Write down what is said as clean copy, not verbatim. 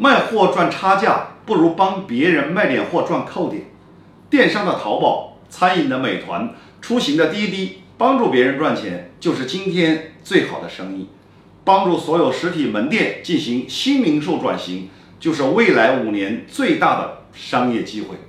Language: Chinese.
卖货赚差价，不如帮别人卖点货赚扣点。电商的淘宝、餐饮的美团、出行的滴滴，帮助别人赚钱，就是今天最好的生意。帮助所有实体门店进行新零售转型，就是未来5年最大的商业机会。